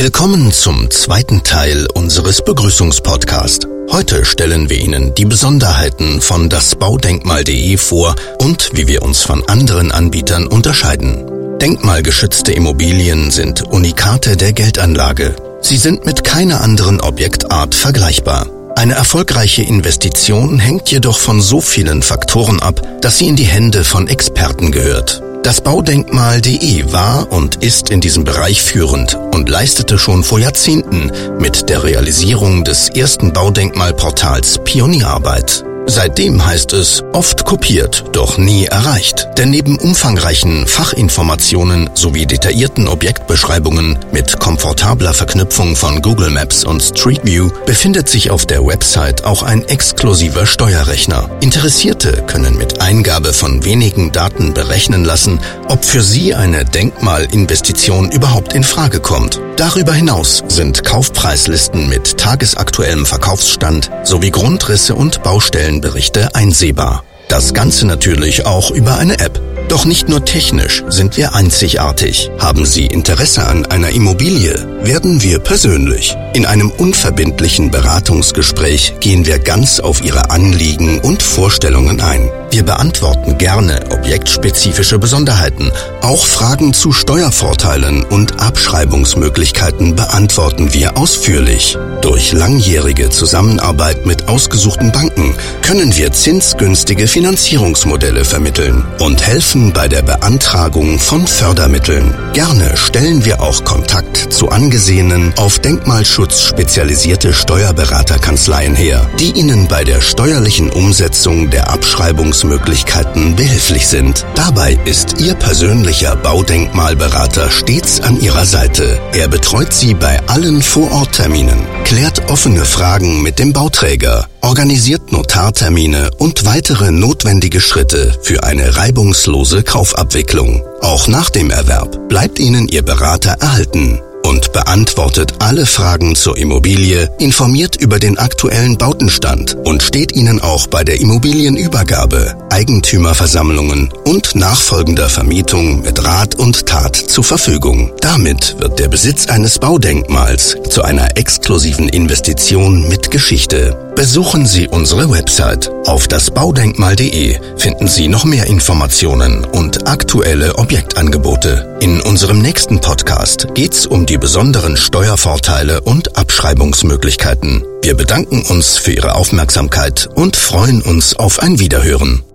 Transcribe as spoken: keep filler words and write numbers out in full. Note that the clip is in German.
Willkommen zum zweiten Teil unseres Begrüßungspodcasts. Heute stellen wir Ihnen die Besonderheiten von das Baudenkmal punkt de vor und wie wir uns von anderen Anbietern unterscheiden. Denkmalgeschützte Immobilien sind Unikate der Geldanlage. Sie sind mit keiner anderen Objektart vergleichbar. Eine erfolgreiche Investition hängt jedoch von so vielen Faktoren ab, dass sie in die Hände von Experten gehört. Das Baudenkmal punkt de war und ist in diesem Bereich führend und leistete schon vor Jahrzehnten mit der Realisierung des ersten Baudenkmalportals Pionierarbeit. Seitdem heißt es, oft kopiert, doch nie erreicht. Denn neben umfangreichen Fachinformationen sowie detaillierten Objektbeschreibungen mit komfortabler Verknüpfung von Google Maps und Street View befindet sich auf der Website auch ein exklusiver Steuerrechner. Interessierte können mit Eingabe von wenigen Daten berechnen lassen, ob für sie eine Denkmalinvestition überhaupt in Frage kommt. Darüber hinaus sind Kaufpreislisten mit tagesaktuellem Verkaufsstand sowie Grundrisse und Baustellenberichte einsehbar. Das Ganze natürlich auch über eine App. Doch nicht nur technisch sind wir einzigartig. Haben Sie Interesse an einer Immobilie? Werden wir persönlich. In einem unverbindlichen Beratungsgespräch gehen wir ganz auf Ihre Anliegen und Vorstellungen ein. Wir beantworten gerne objektspezifische Besonderheiten. Auch Fragen zu Steuervorteilen und Abschreibungsmöglichkeiten beantworten wir ausführlich. Durch langjährige Zusammenarbeit mit ausgesuchten Banken können wir zinsgünstige Finanzierungsmodelle vermitteln und helfen bei der Beantragung von Fördermitteln. Gerne stellen wir auch Kontakt zu angesehenen, auf Denkmalschutz spezialisierte Steuerberaterkanzleien her, die Ihnen bei der steuerlichen Umsetzung der Abschreibungsmöglichkeiten behilflich sind. Dabei ist Ihr persönlicher Baudenkmalberater stets an Ihrer Seite. Er betreut Sie bei allen Vorortterminen, klärt offene Fragen mit dem Bauträger, organisiert Notartermine und weitere notwendige Schritte für eine reibungslose Kaufabwicklung. Auch nach dem Erwerb bleibt Ihnen Ihr Berater erhalten und beantwortet alle Fragen zur Immobilie, informiert über den aktuellen Bautenstand und steht Ihnen auch bei der Immobilienübergabe, Eigentümerversammlungen und nachfolgender Vermietung mit Rat und Tat zur Verfügung. Damit wird der Besitz eines Baudenkmals zu einer exklusiven Investition mit Geschichte. Besuchen Sie unsere Website. Auf das Baudenkmal punkt de finden Sie noch mehr Informationen und aktuelle Objektangebote. In unserem nächsten Podcast geht's um die besonderen Steuervorteile und Abschreibungsmöglichkeiten. Wir bedanken uns für Ihre Aufmerksamkeit und freuen uns auf ein Wiederhören.